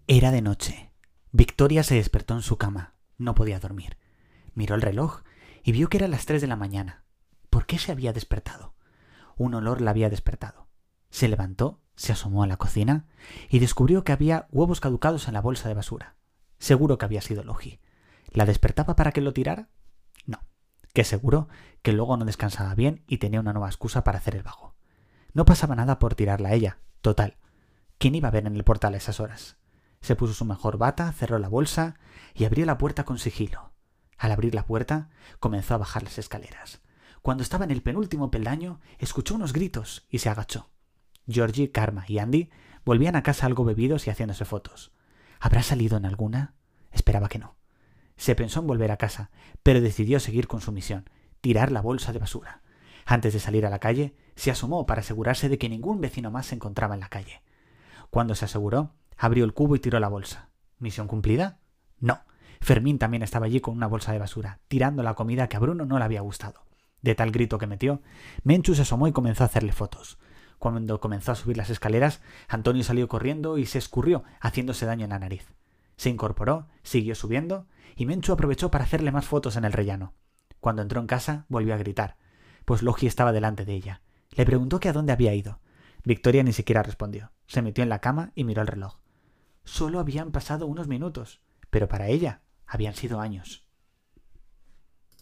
Era de noche. Victoria se despertó en su cama. No podía dormir. Miró el reloj y vio que eran las 3 de la mañana. ¿Por qué se había despertado? Un olor la había despertado. Se levantó, se asomó a la cocina y descubrió que había huevos caducados en la bolsa de basura. Seguro que había sido Logi. ¿La despertaba para que lo tirara? No, que seguro que luego no descansaba bien y tenía una nueva excusa para hacer el vago. No pasaba nada por tirarla a ella. Total, ¿quién iba a ver en el portal a esas horas? Se puso su mejor bata, cerró la bolsa y abrió la puerta con sigilo. Al abrir la puerta, comenzó a bajar las escaleras. Cuando estaba en el penúltimo peldaño, escuchó unos gritos y se agachó. Georgie, Karma y Andy volvían a casa algo bebidos y haciéndose fotos. ¿Habrá salido en alguna? Esperaba que no. Se pensó en volver a casa, pero decidió seguir con su misión, tirar la bolsa de basura. Antes de salir a la calle, se asomó para asegurarse de que ningún vecino más se encontraba en la calle. Cuando se aseguró, abrió el cubo y tiró la bolsa. ¿Misión cumplida? No. Fermín también estaba allí con una bolsa de basura, tirando la comida que a Bruno no le había gustado. De tal grito que metió, Menchu se asomó y comenzó a hacerle fotos. Cuando comenzó a subir las escaleras, Antonio salió corriendo y se escurrió, haciéndose daño en la nariz. Se incorporó, siguió subiendo, y Menchu aprovechó para hacerle más fotos en el rellano. Cuando entró en casa, volvió a gritar, pues Logi estaba delante de ella. Le preguntó que a dónde había ido. Victoria ni siquiera respondió. Se metió en la cama y miró el reloj. Solo habían pasado unos minutos, pero para ella habían sido años.